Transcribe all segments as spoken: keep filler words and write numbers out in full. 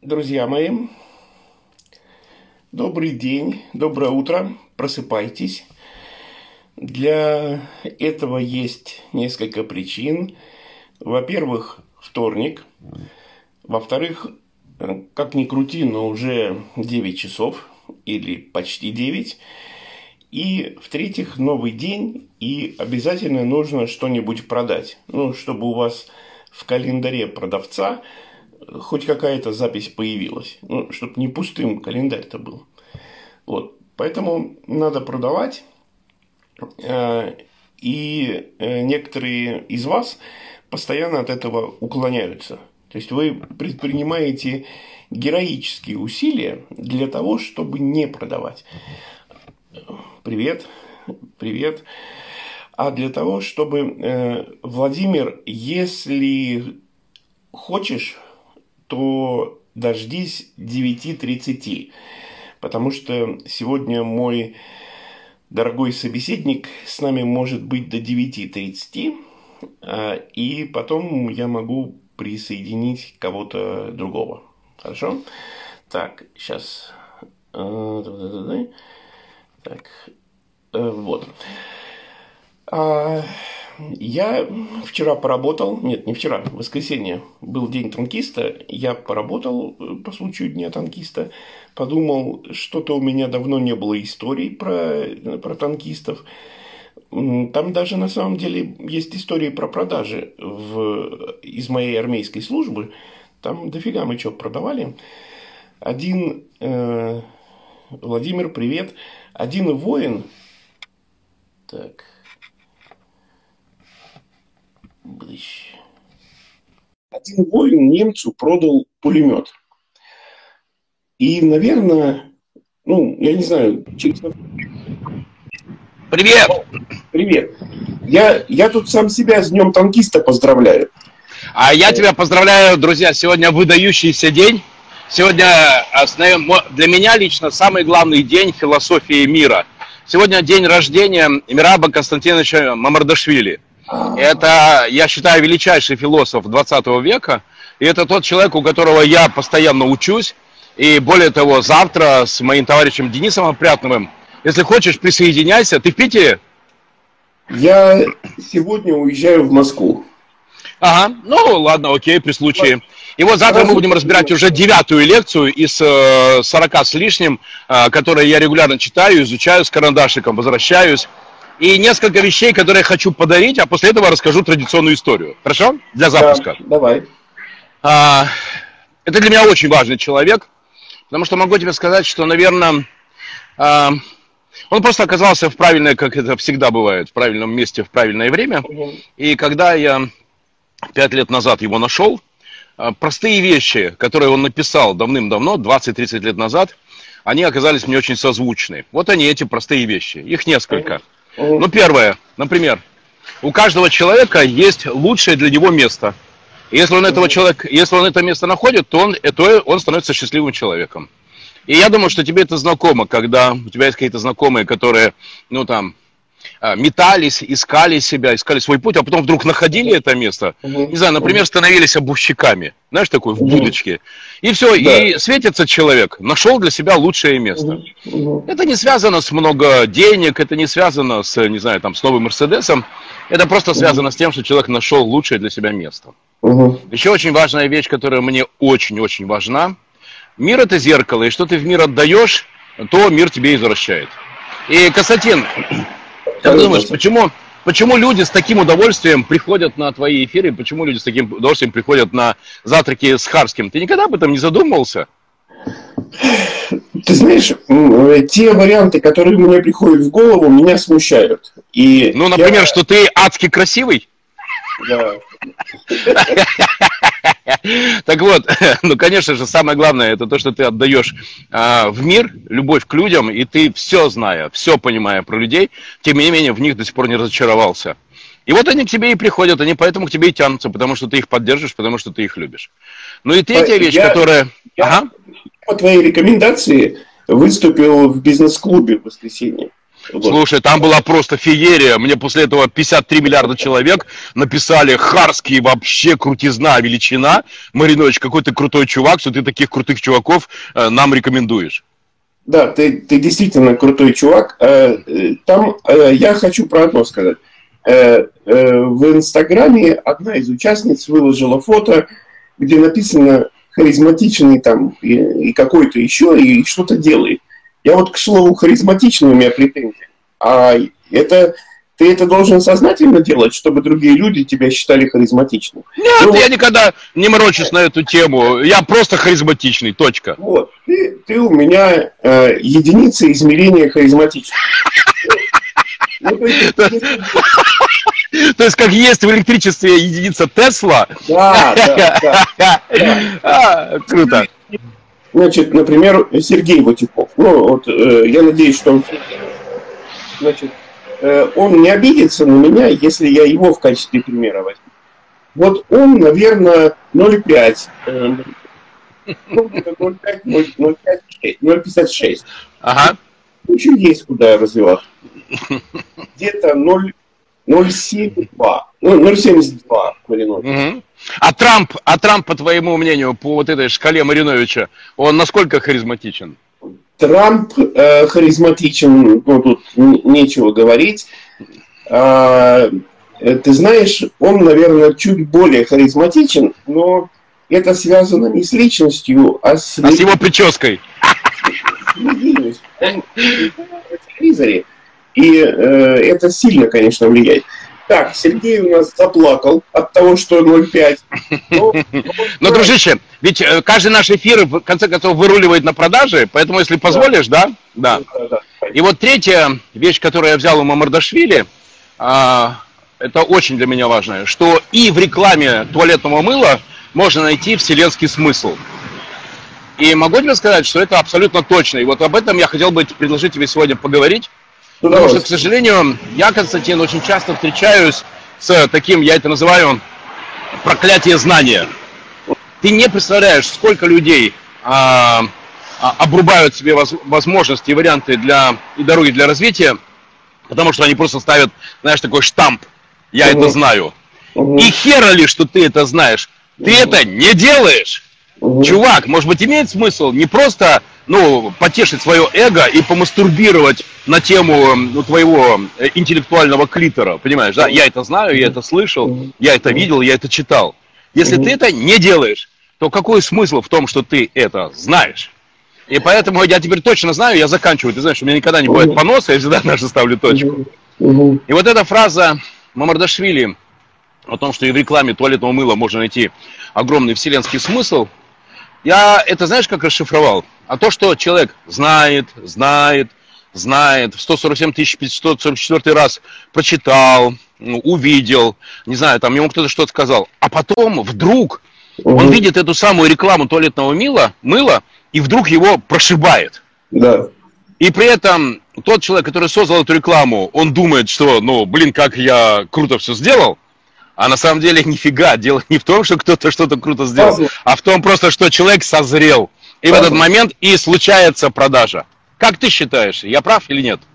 Друзья мои, добрый день, доброе утро, просыпайтесь. Для этого есть несколько причин. Во-первых, вторник. Во-вторых, как ни крути, но уже девять часов или почти девять. И в-третьих, новый день, и обязательно нужно что-нибудь продать. Ну, чтобы у вас в календаре продавца хоть какая-то запись появилась. Ну, чтобы не пустым календарь-то был. Вот. Поэтому надо продавать. И некоторые из вас постоянно от этого уклоняются. То есть вы предпринимаете героические усилия для того, чтобы не продавать. Привет, привет. А для того, чтобы, Владимир, если хочешь, то дождись девяти тридцати, потому что сегодня мой дорогой собеседник с нами может быть до девяти тридцати, и потом я могу присоединить кого-то другого. Хорошо? Так, сейчас. Так, вот. Я вчера поработал, нет, не вчера, в воскресенье был день танкиста, я поработал по случаю дня танкиста, подумал, что-то у меня давно не было историй про, про танкистов. Там даже на самом деле есть истории про продажи в, из моей армейской службы, там дофига мы что продавали. Один, э, Владимир, привет, один воин, так... Один воин немцу продал пулемет. И, наверное, ну, я не знаю, через... Привет! Привет! Я, я тут сам себя с Днем танкиста поздравляю. А я тебя поздравляю, друзья, сегодня выдающийся день. Сегодня для меня лично самый главный день философии мира. Сегодня день рождения Мераба Константиновича Мамардашвили. Это, я считаю, величайший философ двадцатого века. И это тот человек, у которого я постоянно учусь. И более того, завтра с моим товарищем Денисом Опрятновым, если хочешь, присоединяйся. Ты в Питере? Я сегодня уезжаю в Москву. Ага, ну ладно, окей, при случае. И вот завтра мы будем разбирать уже девятую лекцию из сорока с лишним, которые я регулярно читаю, изучаю с карандашиком, возвращаюсь. И несколько вещей, которые я хочу подарить, а после этого расскажу традиционную историю. Хорошо? Для запуска. Да, давай. А, это для меня очень важный человек, потому что могу тебе сказать, что, наверное, а, он просто оказался в правильное, как это всегда бывает, в правильном месте в правильное время. Угу. И когда я пять лет назад его нашел, простые вещи, которые он написал давным-давно, двадцать-тридцать лет назад, они оказались мне очень созвучны. Вот они, эти простые вещи. Их несколько. Ну, первое, например, у каждого человека есть лучшее для него место. Если он, этого человека, если он это место находит, то он, то он становится счастливым человеком. И я думаю, что тебе это знакомо, когда у тебя есть какие-то знакомые, которые, ну, там, метались, искали себя, искали свой путь, а потом вдруг находили это место. Не знаю, например, становились обувщиками, знаешь, такой в будочке. И все, да. И светится человек, нашел для себя лучшее место. Это не связано с много денег, это не связано с, не знаю, там, с новым Мерседесом. Это просто связано с тем, что человек нашел лучшее для себя место. Еще очень важная вещь, которая мне очень-очень важна. Мир — это зеркало, и что ты в мир отдаешь, то мир тебе и возвращает. И, Константин, как ты думаешь, почему, почему люди с таким удовольствием приходят на твои эфиры, почему люди с таким удовольствием приходят на завтраки с Харским? Ты никогда об этом не задумывался? Ты знаешь, те варианты, которые мне приходят в голову, меня смущают. И ну, например, я... что ты адски красивый? Да. Так вот, ну, конечно же, самое главное, это то, что ты отдаешь а, в мир, любовь к людям, и ты все зная, все понимая про людей, тем не менее в них до сих пор не разочаровался. И вот они к тебе и приходят, они поэтому к тебе и тянутся, потому что ты их поддержишь, потому что ты их любишь. Ну и третья вещь, я, которая... Я, ага. По твоей рекомендации выступил в бизнес-клубе в воскресенье. Вот. Слушай, там была просто феерия. Мне после этого пятьдесят три миллиарда человек написали: Харский вообще крутизна, величина. Маринович, какой ты крутой чувак, что ты таких крутых чуваков э, нам рекомендуешь. Да, ты, ты действительно крутой чувак. Там я хочу про одно сказать. В Инстаграме одна из участниц выложила фото, где написано харизматичный там и, и какой-то еще, и что-то делает. Я вот, к слову, харизматичный, у меня претензии. А это... Ты это должен сознательно делать, чтобы другие люди тебя считали харизматичным? Нет, ну, я вот, никогда не морочусь на эту тему. Я просто харизматичный, точка. Вот, ты, ты у меня э, единица измерения харизматичности. То есть, как есть в электричестве единица Тесла? Да, да, да. Круто. Значит, например, Сергей Ватюков. Ну, вот я надеюсь, что он... Значит, он не обидится на меня, если я его в качестве примера возьму. Вот он, наверное, ноль пять, ноль пять, ноль пятьдесят шесть. Ага. Еще есть куда развиваться. Где-то ноль семьдесят два. Ну, ноль семьдесят два Маринович. А Трамп, а Трамп, по твоему мнению, по вот этой шкале Мариновича, он насколько харизматичен? Трамп э, харизматичен, ну тут нечего говорить. А, ты знаешь, он, наверное, чуть более харизматичен, но это связано не с личностью, а с... А с его прической. Он в телевизоре, и э, это сильно, конечно, влияет. Так, Сергей у нас заплакал от того, что ноль пять. Но, но, дружище, ведь каждый наш эфир, в конце концов, выруливает на продажи, поэтому, если позволишь, да? Да. да. да, да. И вот третья вещь, которую я взял у Мамардашвили, а, это очень для меня важно, что и в рекламе туалетного мыла можно найти вселенский смысл. И могу тебе сказать, что это абсолютно точно. И вот об этом я хотел бы предложить тебе сегодня поговорить. Потому что, к сожалению, я, Константин, очень часто встречаюсь с таким, я это называю, проклятие знания. Ты не представляешь, сколько людей а, а, обрубают себе воз, возможности и варианты для, и дороги для развития, потому что они просто ставят, знаешь, такой штамп «я угу. это знаю». Угу. И хера ли, что ты это знаешь. Ты угу. это не делаешь. Угу. Чувак, может быть, имеет смысл не просто, ну, потешить свое эго и помастурбировать на тему, ну, твоего интеллектуального клитора, понимаешь, да? Я это знаю, я это слышал, я это видел, я это читал. Если ты это не делаешь, то какой смысл в том, что ты это знаешь? И поэтому я теперь точно знаю, я заканчиваю, ты знаешь, у меня никогда не бывает поноса, я всегда даже ставлю точку. И вот эта фраза Мамардашвили о том, что и в рекламе туалетного мыла можно найти огромный вселенский смысл, я это, знаешь, как расшифровал? А то, что человек знает, знает, знает, в сто сорок семь тысяч пятьсот сорок четвёртый раз прочитал, увидел, не знаю, там ему кто-то что-то сказал, а потом вдруг угу. он видит эту самую рекламу туалетного мыла, мыла, и вдруг его прошибает. Да. И при этом тот человек, который создал эту рекламу, он думает, что, ну, блин, как я круто все сделал, а на самом деле нифига, дело не в том, что кто-то что-то круто сделал, а в том просто, что человек созрел. И в этот момент и случается продажа. Как ты считаешь, я прав или нет?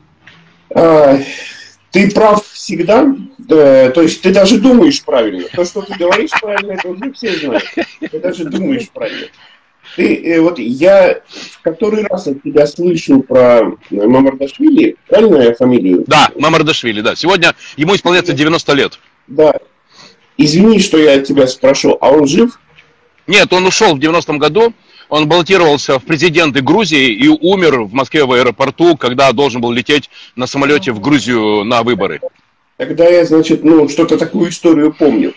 А, ты прав всегда. Да, то есть ты даже думаешь правильно. То, что ты говоришь правильно, это уже все знают. Ты даже думаешь правильно. Ты, вот я в который раз от тебя слышу про Мамардашвили, правильно я фамилию? Да, Мамардашвили, да. Сегодня ему исполняется девяносто лет. Да. Извини, что я тебя спрошу, а он жив? Нет, он ушел в девяностом году. Он баллотировался в президенты Грузии и умер в Москве в аэропорту, когда должен был лететь на самолете в Грузию на выборы. Тогда я, значит, ну, что-то такую историю помню.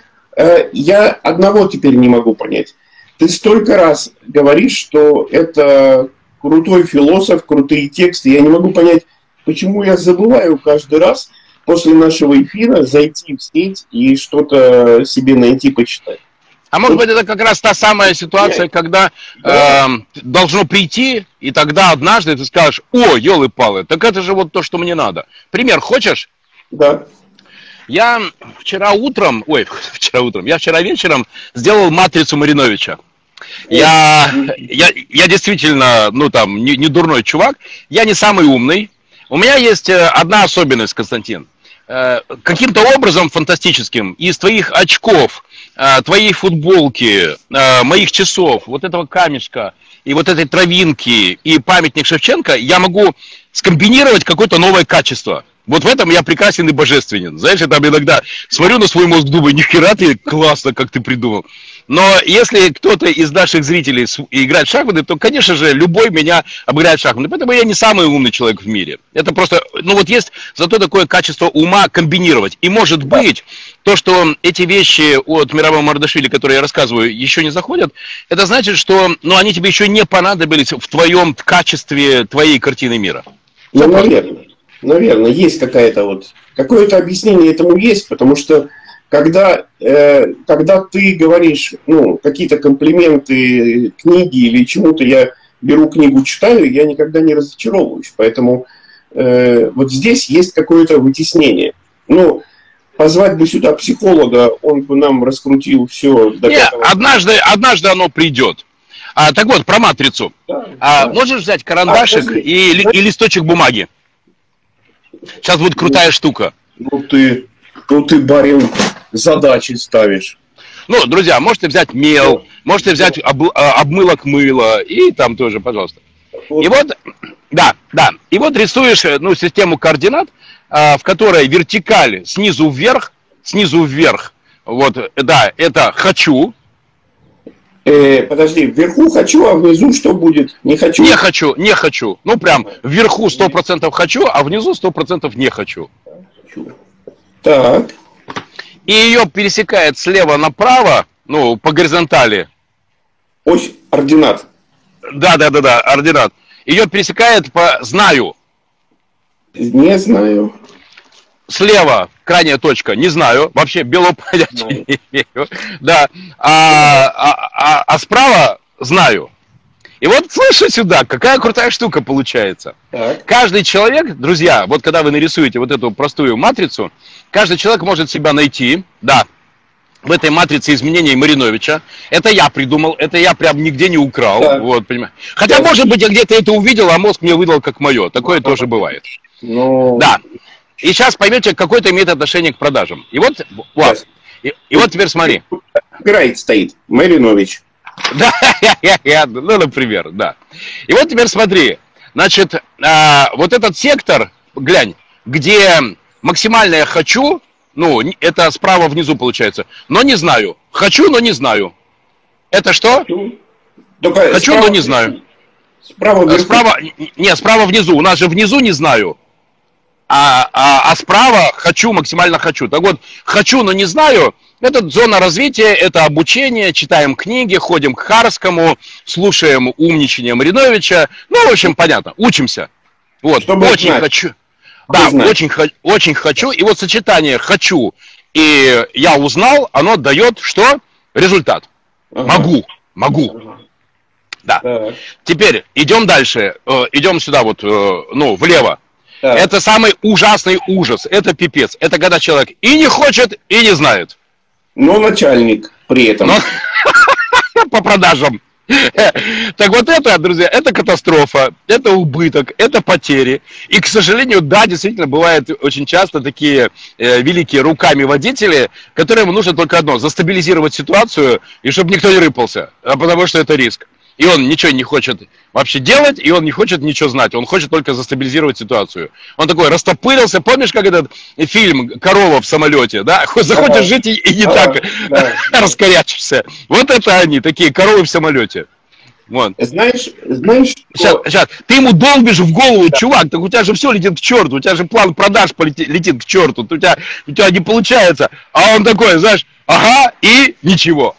Я одного теперь не могу понять. Ты столько раз говоришь, что это крутой философ, крутые тексты. Я не могу понять, почему я забываю каждый раз после нашего эфира зайти в сеть и что-то себе найти, почитать. А может быть, это как раз та самая ситуация, когда э, должно прийти, и тогда однажды ты скажешь: о, елы-палы, так это же вот то, что мне надо. Пример хочешь? Да. Я вчера утром, ой, вчера утром, я вчера вечером сделал матрицу Мариновича. Я, я, я действительно, ну там, не, не дурной чувак, я не самый умный. У меня есть одна особенность, Константин. Каким-то образом фантастическим из твоих очков, твоей футболки, моих часов, вот этого камешка и вот этой травинки и памятник Шевченко я могу скомбинировать какое-то новое качество. Вот в этом я прекрасен и божественен. Знаешь, я там иногда смотрю на свой мозг, думаю, нихера ты классно, как ты придумал. Но если кто-то из наших зрителей играет в шахматы, то, конечно же, любой меня обыграет в шахматы. Поэтому я не самый умный человек в мире. Это просто, ну вот есть зато такое качество ума комбинировать. И может быть, то, что эти вещи от Мирава Мардашвили, которые я рассказываю, еще не заходят, это значит, что ну, они тебе еще не понадобились в твоем качестве твоей картины мира. Ну, наверное, наверное, есть какая-то вот, какое-то объяснение этому есть, потому что Когда, э, когда ты говоришь, ну, какие-то комплименты книги или чему-то, я беру книгу, читаю, я никогда не разочаровываюсь. Поэтому э, вот здесь есть какое-то вытеснение. Ну, позвать бы сюда психолога, он бы нам раскрутил все. До Нет, этого. однажды, однажды оно придет. А, так вот, про матрицу. Да, а, да. Можешь взять карандашик а, и, и листочек бумаги? Сейчас будет крутая ну, штука. Ну ты, ну ты, барин, задачи ставишь. Ну, друзья, можете взять мел, да. можете взять об, обмылок мыла и там тоже, пожалуйста. Вот. И вот, да, да, и вот рисуешь, ну, систему координат, в которой вертикаль снизу вверх, снизу вверх, вот, да, это хочу. Э, подожди, вверху хочу, а внизу что будет? Не хочу? Не хочу, не хочу. Ну, прям вверху сто процентов хочу, а внизу сто процентов не хочу. Так. И ее пересекает слева направо, ну, по горизонтали. Ось ординат. Да, да, да, да, ординат. Ее пересекает по знаю. Не знаю. Слева крайняя точка, не знаю. Вообще белого понятия не имею. Да. А, а, а, а справа знаю. И вот слушай сюда, какая крутая штука получается. Так. Каждый человек, друзья, вот когда вы нарисуете вот эту простую матрицу, каждый человек может себя найти, да, в этой матрице изменений Мариновича. Это я придумал, это я прям нигде не украл. Да. Вот, понимаешь. Хотя, да. может быть, я где-то это увидел, а мозг мне выдал как мое. Такое да. тоже бывает. Но... Да. И сейчас поймете, какое это имеет отношение к продажам. И вот, вот. И, и вот теперь смотри. Копирайт стоит, Маринович. Да, ну, например, да. И вот теперь смотри. Значит, а, вот этот сектор, глянь, где максимальное хочу, ну, это справа внизу получается, но не знаю. Хочу, но не знаю. Это что? Только хочу, справа, но не знаю. Справа, справа, не, справа внизу. У нас же внизу не знаю. А, а, а справа хочу, максимально хочу. Так вот, хочу, но не знаю. Это зона развития, это обучение, читаем книги, ходим к Харскому, слушаем умничание Мариновича. Ну, в общем, понятно, учимся. Вот, чтобы очень знать. хочу. Да, очень, очень хочу. И вот сочетание «хочу» и «я узнал», оно дает что? Результат. Ага. Могу, могу. Ага. Да. Так. Теперь идем дальше. Идем сюда вот, ну, влево. Так. Это самый ужасный ужас. Это пипец. Это когда человек и не хочет, и не знает. Но начальник при этом. Но... По продажам. Так вот это, друзья, это катастрофа, это убыток, это потери. И, к сожалению, да, действительно, бывают очень часто такие э, великие руками водители, которым нужно только одно: застабилизировать ситуацию, и чтобы никто не рыпался, потому что это риск. И он ничего не хочет вообще делать, и он не хочет ничего знать. Он хочет только застабилизировать ситуацию. Он такой растопырился. Помнишь, как этот фильм «Корова в самолете», да? Захочешь ага. жить и, и не ага. так да. раскорячишься. Вот это они, такие коровы в самолете. Вот. Знаешь, знаешь, сейчас, что... сейчас, ты ему долбишь в голову, да. чувак, так у тебя же все летит к черту, у тебя же план продаж полетит, летит к черту, у тебя, у тебя не получается. А он такой, знаешь, ага, и ничего.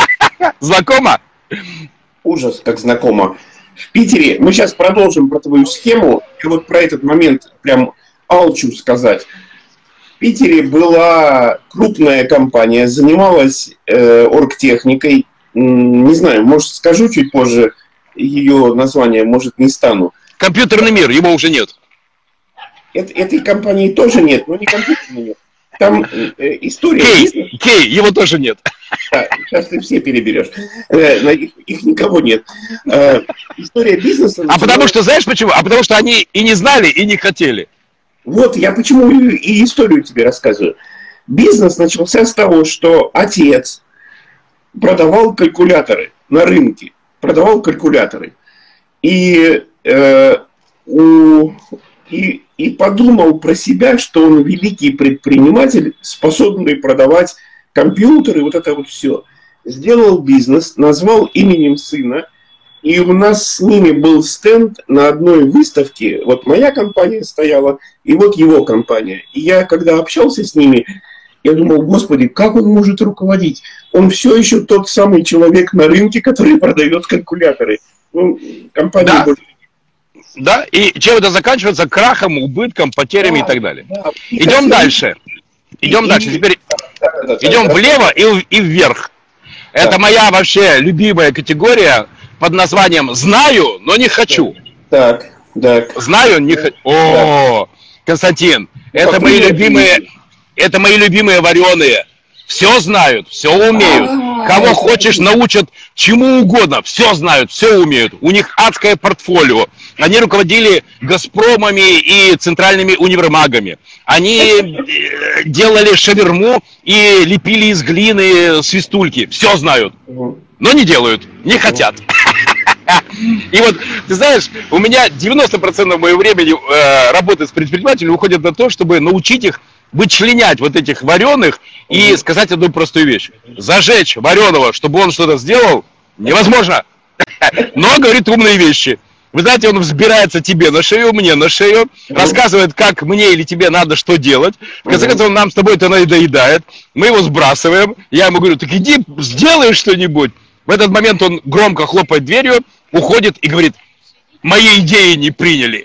Знакомо? Ужас, как знакомо. В Питере, мы сейчас продолжим про твою схему, я вот про этот момент прям алчу сказать. В Питере была крупная компания, занималась э, оргтехникой, не знаю, может скажу чуть позже ее название, может не стану. Компьютерный мир, его уже нет. Это, этой компании тоже нет, но не компьютерный мир. Там э, история... Кей, Кей, его тоже нет. Да, сейчас ты все переберешь. Их, их никого нет. История бизнеса... А потому что, знаешь почему? А потому что они и не знали, и не хотели. Вот, я почему и историю тебе рассказываю. Бизнес начался с того, что отец продавал калькуляторы на рынке. Продавал калькуляторы. И, э, у, и, и подумал про себя, что он великий предприниматель, способный продавать компьютеры, вот это вот все. Сделал бизнес, назвал именем сына. И у нас с ними был стенд на одной выставке. Вот моя компания стояла, и вот его компания. И я, когда общался с ними, я думал, господи, как он может руководить? Он все еще тот самый человек на рынке, который продает калькуляторы. Ну, компания да. больше... Да, и чем это заканчивается? Крахом, убытком, потерями да, и так далее. Да. Идем и дальше. Идем и, дальше. Теперь да, да, да, идем да, влево да. И, и вверх. Да. Это моя вообще любимая категория под названием «Знаю, но не хочу». Так, так. Знаю, не хочу. О, Константин, это мои любимые, это мои любимые вареные. Все знают, все умеют. Кого хочешь, научат чему угодно. Все знают, все умеют. У них адское портфолио. Они руководили «Газпромами» и центральными универмагами. Они делали шаверму и лепили из глины свистульки. Все знают, но не делают, не хотят. И вот, ты знаешь, у меня девяносто процентов моего времени э, работы с предпринимателями уходит на то, чтобы научить их вычленять вот этих вареных и сказать одну простую вещь. Зажечь вареного, чтобы он что-то сделал, невозможно. Но говорит умные вещи. Вы знаете, он взбирается тебе на шею, мне на шею, рассказывает, как мне или тебе надо что делать. В конце концов, нам с тобой это надоедает. Мы его сбрасываем. Я ему говорю, так иди, сделай что-нибудь. В этот момент он громко хлопает дверью, уходит и говорит, мои идеи не приняли.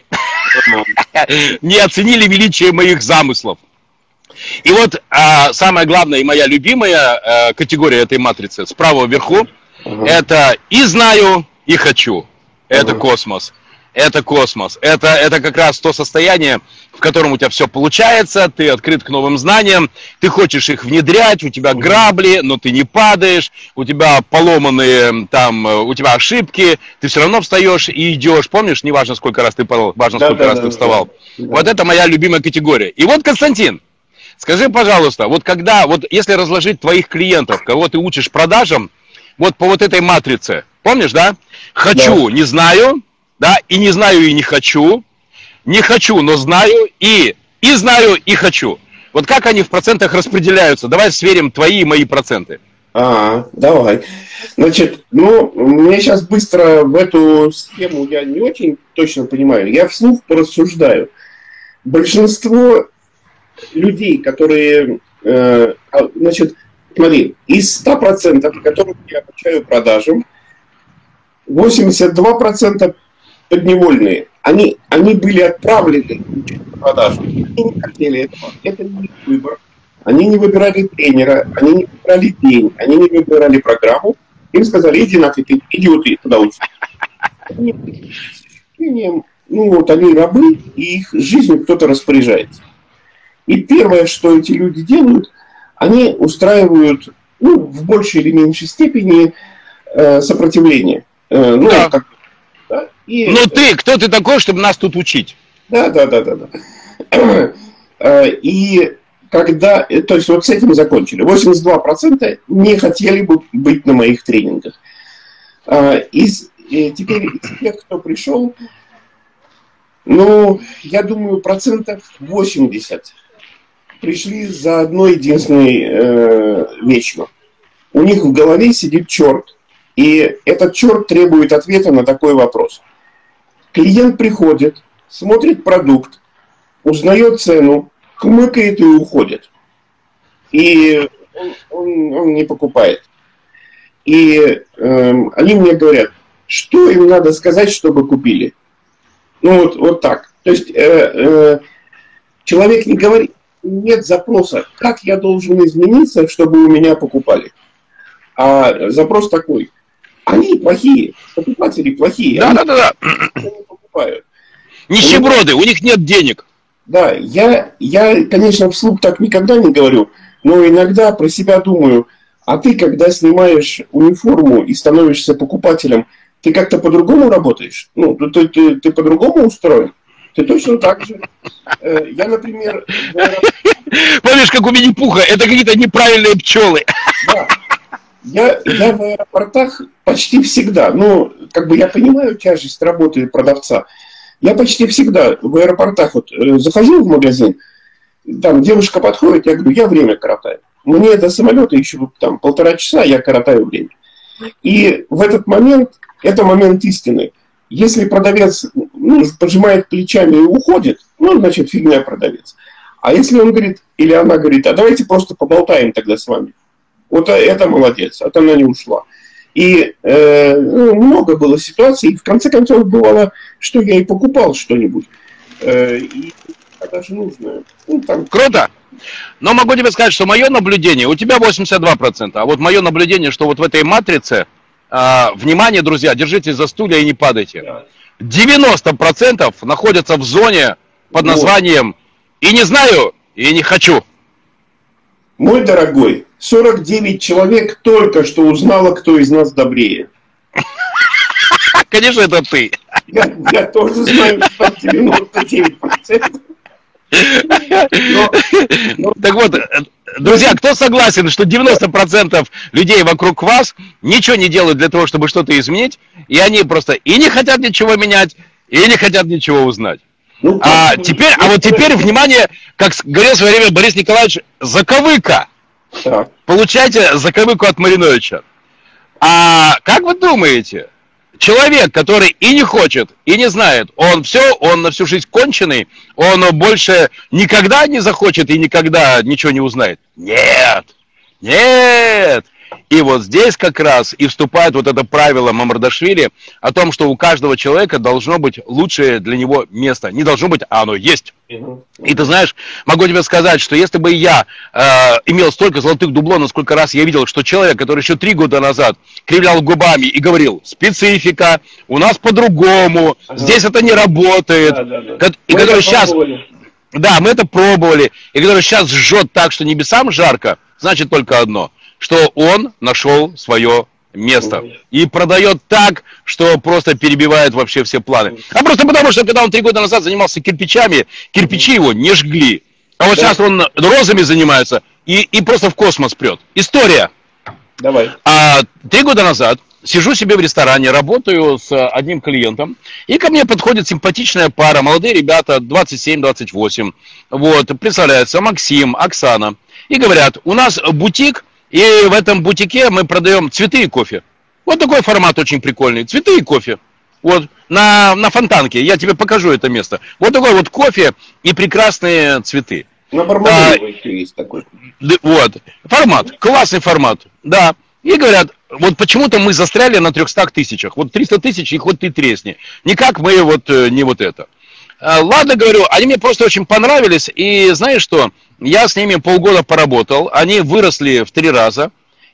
Не оценили величие моих замыслов. И вот а, самая главная и моя любимая а, категория этой матрицы справа вверху, uh-huh. это и знаю, и хочу. Это uh-huh. космос. Это космос. Это, это как раз то состояние, в котором у тебя все получается, ты открыт к новым знаниям, ты хочешь их внедрять, у тебя грабли, но ты не падаешь, у тебя поломанные там, у тебя ошибки, ты все равно встаешь и идешь. Помнишь, не важно, сколько раз ты падал, важно, да, сколько да, раз да, ты вставал. Да. Вот это моя любимая категория. И вот, Константин, скажи, пожалуйста, вот когда, вот если разложить твоих клиентов, кого ты учишь продажам, вот по вот этой матрице, помнишь, да? Хочу, да. Не знаю, да, и не знаю, и не хочу, не хочу, но знаю, и, и знаю, и хочу. Вот как они в процентах распределяются? Давай сверим твои и мои проценты. А, давай. Значит, ну, мне сейчас быстро в эту схему я не очень точно понимаю. Я вслух порассуждаю. Большинство людей, которые, э, значит, смотри, из ста процентов, которых я обучаю продажам, восемьдесят два процента подневольные. Они, они были отправлены в продажу. Они не хотели этого. Это не их выбор. Они не выбирали тренера, они не выбирали день, они не выбирали программу. Им сказали, иди нафиг, идиоты, туда учись. Ну вот они рабы, и их жизнью кто-то распоряжается. И первое, что эти люди делают, они устраивают, ну, в большей или меньшей степени э, сопротивление. Э, ну, да. Как, да? И, ну ты, кто ты такой, чтобы нас тут учить? Да, да, да, да. да. И когда, то есть вот с этим закончили. восемьдесят два процента не хотели бы быть на моих тренингах. Из, и теперь из тех, кто пришел, ну, я думаю, процентов восемьдесят пришли за одной единственной э, вещью. У них в голове сидит черт, и этот черт требует ответа на такой вопрос. Клиент приходит, смотрит продукт, узнает цену, хмыкает и уходит. И он, он, он не покупает. И э, они мне говорят, что им надо сказать, чтобы купили. Ну вот, вот так. То есть э, э, человек не говорит, нет запроса, как я должен измениться, чтобы у меня покупали. А запрос такой, они плохие, покупатели плохие. Да, да, да, да. Не покупают. Нищеброды, у них нет денег. Да, я, я, конечно, вслух так никогда не говорю, но иногда про себя думаю, А ты, когда снимаешь униформу и становишься покупателем, ты как-то по-другому работаешь? Ну, ты, ты, ты по-другому устроен? Ты точно так же. Я, например... Помнишь, как у Винни-Пуха, это какие-то неправильные пчелы. Да. Я, я в аэропортах почти всегда, ну, как бы я понимаю тяжесть работы продавца, я почти всегда в аэропортах вот захожу в магазин, там девушка подходит, я говорю, я время коротаю. Мне до самолета еще там полтора часа, я коротаю время. И в этот момент, это момент истины. Если продавец, ну, пожимает плечами и уходит, ну, значит, фигня продавец. А если он говорит, или она говорит, а давайте просто поболтаем тогда с вами. Вот это молодец, а она не ушла. И э, ну, много было ситуаций, и в конце концов бывало, что я и покупал что-нибудь. Э, и даже нужно. Ну, там... Круто! Но могу тебе сказать, что мое наблюдение, у тебя восемьдесят два процента, а вот мое наблюдение, что вот в этой матрице, э, внимание, друзья, держитесь за стулья и не падайте. девяносто процентов находятся в зоне под названием «И не знаю, и не хочу». Мой дорогой, сорок девять человек только что узнало, кто из нас добрее. Конечно, это ты. Я, я тоже знаю, что девяносто девять процентов. Но, но... Так вот, друзья, кто согласен, что девяносто процентов людей вокруг вас ничего не делают для того, чтобы что-то изменить, и они просто и не хотят ничего менять, и не хотят ничего узнать? Ну, а, теперь, а вот теперь, внимание, как говорил в свое время Борис Николаевич, заковыка. Так. Получайте заковыку от Мариновича. А как вы думаете, человек, который и не хочет, и не знает, он все, он на всю жизнь конченый, он больше никогда не захочет и никогда ничего не узнает? Нет, нет. И вот здесь как раз и вступает вот это правило Мамардашвили о том, что у каждого человека должно быть лучшее для него место. Не должно быть, а оно есть. И ты знаешь, могу тебе сказать, что если бы я э, имел столько золотых дублонов, сколько раз я видел, что человек, который еще три года назад кривлял губами и говорил, специфика, у нас по-другому, ага. Здесь это не работает, да, да, да. И мы который сейчас... Пробовали. Да, мы это пробовали. И который сейчас жжет так, что небесам жарко, значит только одно, что он нашел свое место. И продает так, что просто перебивает вообще все планы. А просто потому, что когда он три года назад занимался кирпичами, кирпичи его не жгли. А вот сейчас он розами занимается и, и просто в космос прет. История. Давай. А три года назад сижу себе в ресторане, работаю с одним клиентом, и ко мне подходит симпатичная пара, молодые ребята, двадцать семь двадцать восемь. Вот, представляется, Максим, Оксана. И говорят, у нас бутик, и в этом бутике мы продаем цветы и кофе. Вот такой формат очень прикольный. Цветы и кофе. Вот, на, на Фонтанке. Я тебе покажу это место. Вот такой вот кофе и прекрасные цветы. На Бармалеева а, есть такой. Вот. Формат. Классный формат. Да. И говорят, вот почему-то мы застряли на трехстах тысячах. Вот триста тысяч, и хоть ты тресни. Никак мы вот не вот это. Ладно, говорю, они мне просто очень понравились. И знаешь что? Я с ними полгода поработал. Они выросли в три раза.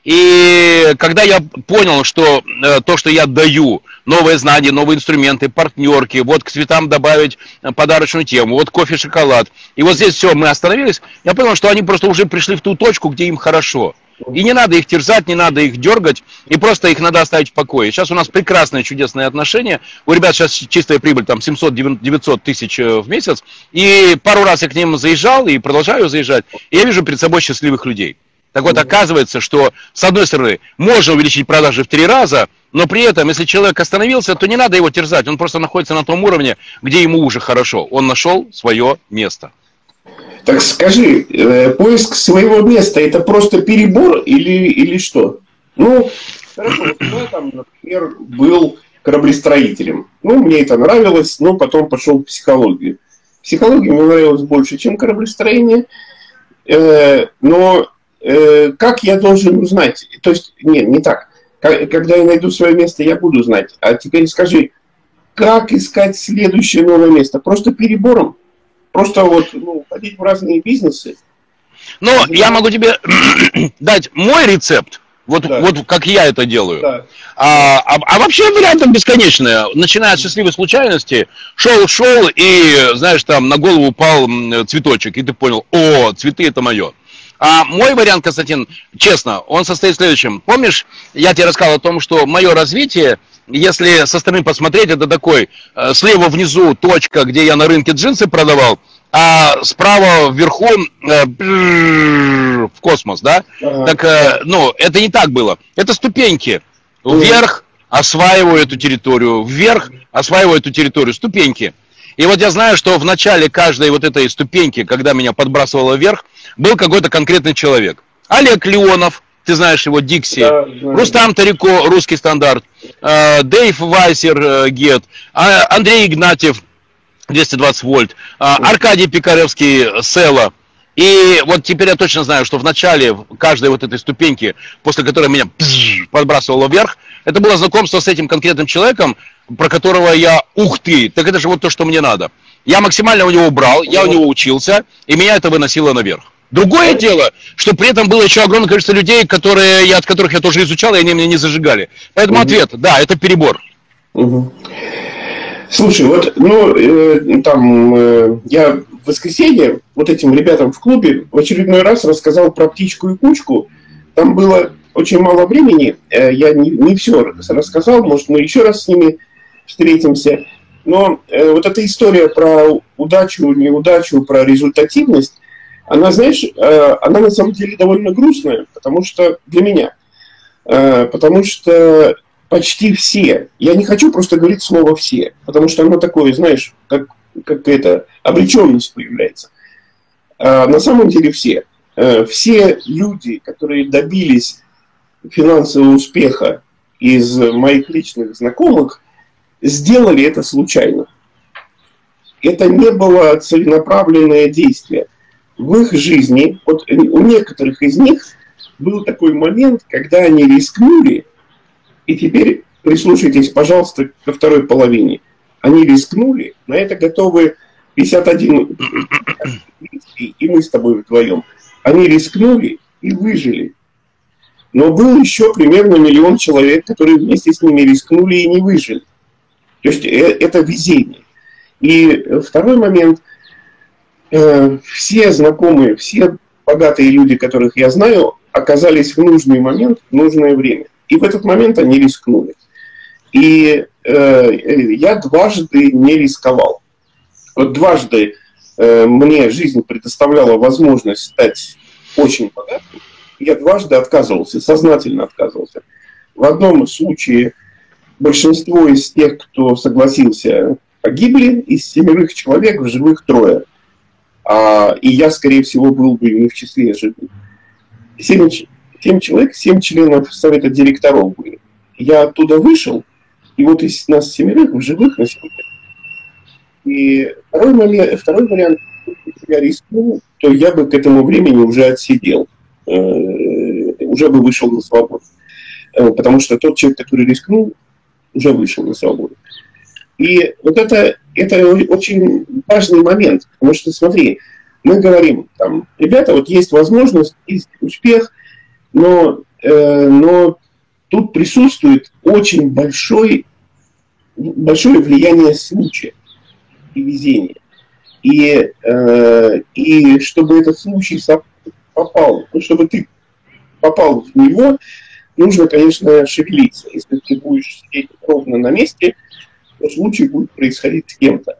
И когда я понял, что э, то, что я даю, новые знания, новые инструменты, партнерки, вот к цветам добавить подарочную тему, вот кофе, шоколад. И вот здесь все, мы остановились. Я понял, что они просто уже пришли в ту точку, где им хорошо. И не надо их терзать, не надо их дергать, и просто их надо оставить в покое. Сейчас у нас прекрасные, чудесные отношения. У ребят сейчас чистая прибыль, там семьсот-девятьсот тысяч в месяц. И пару раз я к ним заезжал и продолжаю заезжать. И я вижу перед собой счастливых людей. Так вот, оказывается, что, с одной стороны, можно увеличить продажи в три раза, но при этом, если человек остановился, то не надо его терзать. Он просто находится на том уровне, где ему уже хорошо. Он нашел свое место. Так скажи, э, поиск своего места – это просто перебор или, или что? Ну, хорошо, вот я там, например, был кораблестроителем. Ну, мне это нравилось, но потом пошел в психологию. Психология мне нравилась больше, чем кораблестроение. Э, но э, как я должен узнать? То есть, нет, не так. Когда я найду свое место, я буду знать. А теперь скажи, как искать следующее новое место? Просто перебором? Просто вот, ну, ходить в разные бизнесы. Ну, я могу тебе дать мой рецепт, вот, да. вот как я это делаю. Да. А, а, а вообще вариантов бесконечные. Начиная от счастливой случайности, шел-шел и, знаешь, там на голову упал цветочек, и ты понял, о, цветы это мое. А мой вариант, Константин, честно, он состоит в следующем. Помнишь, я тебе рассказал о том, что мое развитие, если со стороны посмотреть, это такой, э, слева внизу точка, где я на рынке джинсы продавал, а справа вверху э, в космос, да? Ага. Так, э, ну, это не так было. Это ступеньки. Вверх осваиваю эту территорию, вверх осваиваю эту территорию, ступеньки. И вот я знаю, что в начале каждой вот этой ступеньки, когда меня подбрасывало вверх, был какой-то конкретный человек. Олег Леонов, ты знаешь его, Дикси, да, Рустам Тарико, русский стандарт, э, Дэйв Вайсер, э, Гет, э, Андрей Игнатьев, двести двадцать вольт, э, Аркадий Пикаревский, Села. И вот теперь я точно знаю, что в начале каждой вот этой ступеньки, после которой меня подбрасывало вверх, это было знакомство с этим конкретным человеком, про которого я, ух ты, так это же вот то, что мне надо. Я максимально у него брал, я у него учился, и меня это выносило наверх. Другое дело, что при этом было еще огромное количество людей, которые, я, от которых я тоже изучал, и они меня не зажигали. Поэтому угу. ответ, да, это перебор. Угу. Слушай, вот, ну, э, там, э, я в воскресенье вот этим ребятам в клубе в очередной раз рассказал про птичку и кучку. Там было очень мало времени, э, я не, не все рассказал, может, мы еще раз с ними встретимся. Но э, вот эта история про удачу, неудачу, про результативность, она, знаешь, э, она на самом деле довольно грустная, потому что для меня, э, потому что почти все, я не хочу просто говорить слово «все», потому что оно такое, знаешь, как, как это, обреченность появляется. А на самом деле все, э, все люди, которые добились финансового успеха из моих личных знакомых, сделали это случайно. Это не было целенаправленное действие. В их жизни, вот у некоторых из них был такой момент, когда они рискнули, и теперь прислушайтесь, пожалуйста, ко второй половине. Они рискнули, на это готовы пятьдесят один, и мы с тобой вдвоем. Они рискнули и выжили. Но был еще примерно миллион человек, которые вместе с ними рискнули и не выжили. То есть это везение. И второй момент. Все знакомые, все богатые люди, которых я знаю, оказались в нужный момент, в нужное время. И в этот момент они рискнули. И э, я дважды не рисковал. Вот дважды э, мне жизнь предоставляла возможность стать очень богатым. Я дважды отказывался, сознательно отказывался. В одном случае большинство из тех, кто согласился, погибли. Из семерых человек в живых трое. А, и я, скорее всего, был бы не в числе живых. Семь, семь человек, семь членов совета директоров были. Я оттуда вышел, и вот из нас семерых в живых на сегодня. И второй, момент, второй вариант, если я рискну, то я бы к этому времени уже отсидел. Э, уже бы вышел на свободу. Э, потому что тот человек, который рискнул, уже вышел на свободу. И вот это, это очень важный момент, потому что, смотри, мы говорим, там, ребята, вот есть возможность, есть успех, но, э, но тут присутствует очень большой, большое влияние случая и везения. И, э, и чтобы этот случай попал, ну, чтобы ты попал в него, нужно, конечно, шевелиться. Если ты будешь сидеть ровно на месте, случай будет происходить с кем-то.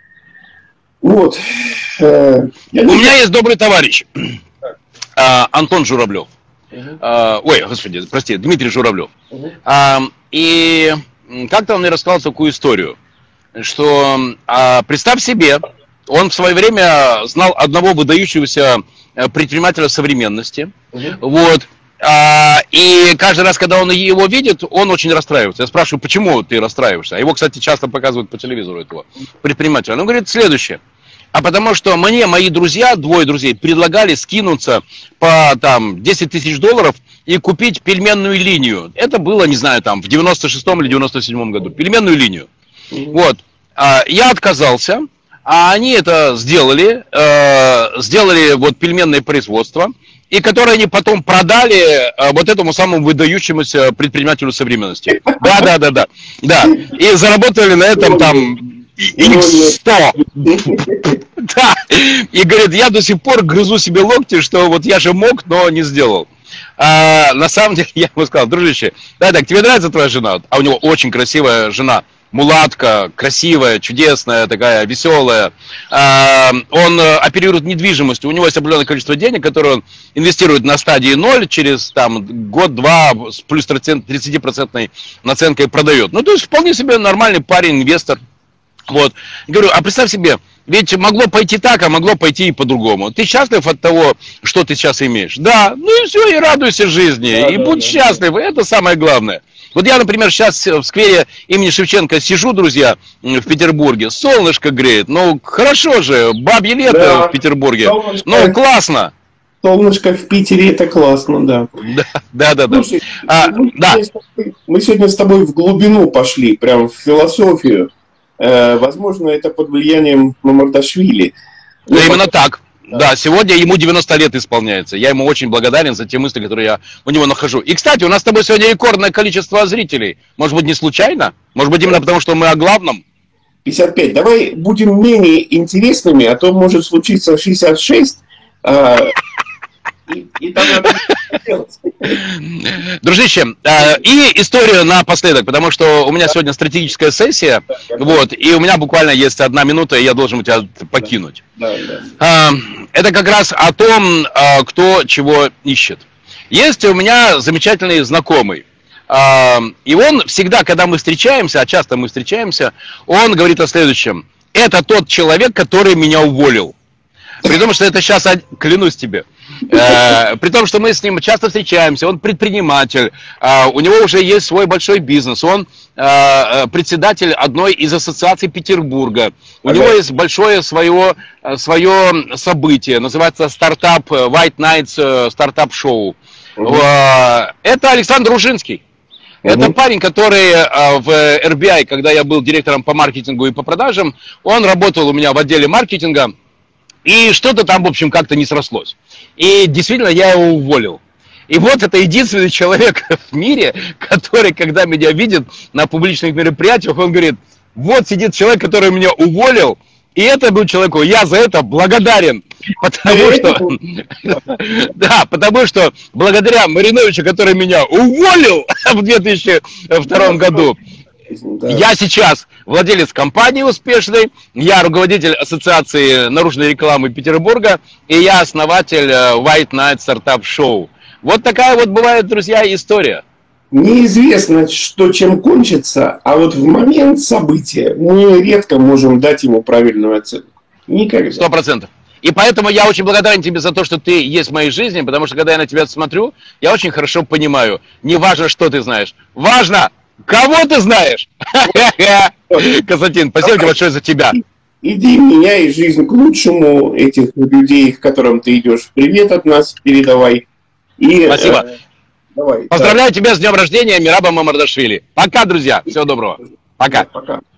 Вот. Э, я У меня знаю. Есть добрый товарищ. А, Антон Журавлев. Uh-huh. А, ой, господи, прости, Дмитрий Журавлев. Uh-huh. А, и как-то он мне рассказал такую историю, что а, представь себе, он в свое время знал одного выдающегося предпринимателя современности. Uh-huh. Вот. И каждый раз, когда он его видит, он очень расстраивается. Я спрашиваю, почему ты расстраиваешься? Его, кстати, часто показывают по телевизору, этого предпринимателя. Он говорит следующее. А потому что мне мои друзья, двое друзей, предлагали скинуться по там десять тысяч долларов и купить пельменную линию. Это было, не знаю, там в девяносто шестом или девяносто седьмом году. Пельменную линию. Вот. Я отказался, а они это сделали. Сделали вот пельменное производство. И которые они потом продали а, вот этому самому выдающемуся предпринимателю современности. Да, да, да, да. Да. И заработали на этом там икс сто. Да, и говорит, я до сих пор грызу себе локти, что вот я же мог, но не сделал. А, на самом деле, я ему сказал, дружище, да, так, тебе нравится твоя жена? А у него очень красивая жена, мулатка, красивая, чудесная, такая веселая. А, он оперирует недвижимостью, у него есть определенное количество денег, которые он инвестирует на стадии ноль, через там год-два с плюс тридцатипроцентной наценкой продает. Ну, то есть вполне себе нормальный парень, инвестор. Вот. Говорю, а представь себе, ведь могло пойти так, а могло пойти и по-другому. Ты счастлив от того, что ты сейчас имеешь? Да, ну и все, и радуйся жизни, да, и да, будь да, счастлив, да. Это самое главное. Вот я, например, сейчас в сквере имени Шевченко сижу, друзья, в Петербурге, солнышко греет, ну хорошо же, бабье лето да, в Петербурге, солнышко, ну классно. Солнышко в Питере, это классно, да. Да, да, да. Слушай, да. Мы, да. мы сегодня с тобой в глубину пошли, прям в философию. Возможно, это под влиянием Мамардашвили. Ну, ну именно так. Да. да, сегодня ему девяносто лет исполняется. Я ему очень благодарен за те мысли, которые я у него нахожу. И, кстати, у нас с тобой сегодня рекордное количество зрителей. Может быть, не случайно? Может быть, именно потому, что мы о главном? пятьдесят пять. Давай будем менее интересными, а то может случиться шестьдесят шесть. А... И, и там надо делать. Дружище, э, и историю напоследок, потому что у меня да. сегодня стратегическая сессия, да, вот, и у меня буквально есть одна минута, и я должен тебя покинуть. Да, да, да. Э, это как раз о том, э, кто чего ищет. Есть у меня замечательный знакомый, э, и он всегда, когда мы встречаемся, а часто мы встречаемся, он говорит о следующем. Это тот человек, который меня уволил. При том, что это сейчас, клянусь тебе, э, при том, что мы с ним часто встречаемся, он предприниматель, э, у него уже есть свой большой бизнес, он э, председатель одной из ассоциаций Петербурга, у ага. него есть большое свое, свое событие, называется стартап, White Nights стартап шоу. Угу. Э, это Александр Ружинский. Угу. Это парень, который э, в эр би ай, когда я был директором по маркетингу и по продажам, он работал у меня в отделе маркетинга. И что-то там, в общем, как-то не срослось. И действительно, я его уволил. И вот это единственный человек в мире, который, когда меня видит на публичных мероприятиях, он говорит, вот сидит человек, который меня уволил, и это был человек, я за это благодарен. Потому что, да, потому что благодаря Мариновичу, который меня уволил в две тысячи втором году, да. Я сейчас владелец компании успешной, я руководитель ассоциации наружной рекламы Петербурга, и я основатель White Night Startup Show. Вот такая вот бывает, друзья, история. Неизвестно, что чем кончится, а вот в момент события мы редко можем дать ему правильную оценку. Никогда. Сто процентов. И поэтому я очень благодарен тебе за то, что ты есть в моей жизни, потому что когда я на тебя смотрю, я очень хорошо понимаю, не важно, что ты знаешь, важно, кого ты знаешь? Константин, спасибо тебе большое за тебя. Иди, меняй жизнь к лучшему, этих людей, к которым ты идешь. Привет от нас передавай. И, спасибо. Э, давай, Поздравляю да. тебя с днем рождения, Мераба Мамардашвили. Пока, друзья. Всего доброго. Пока. Пока.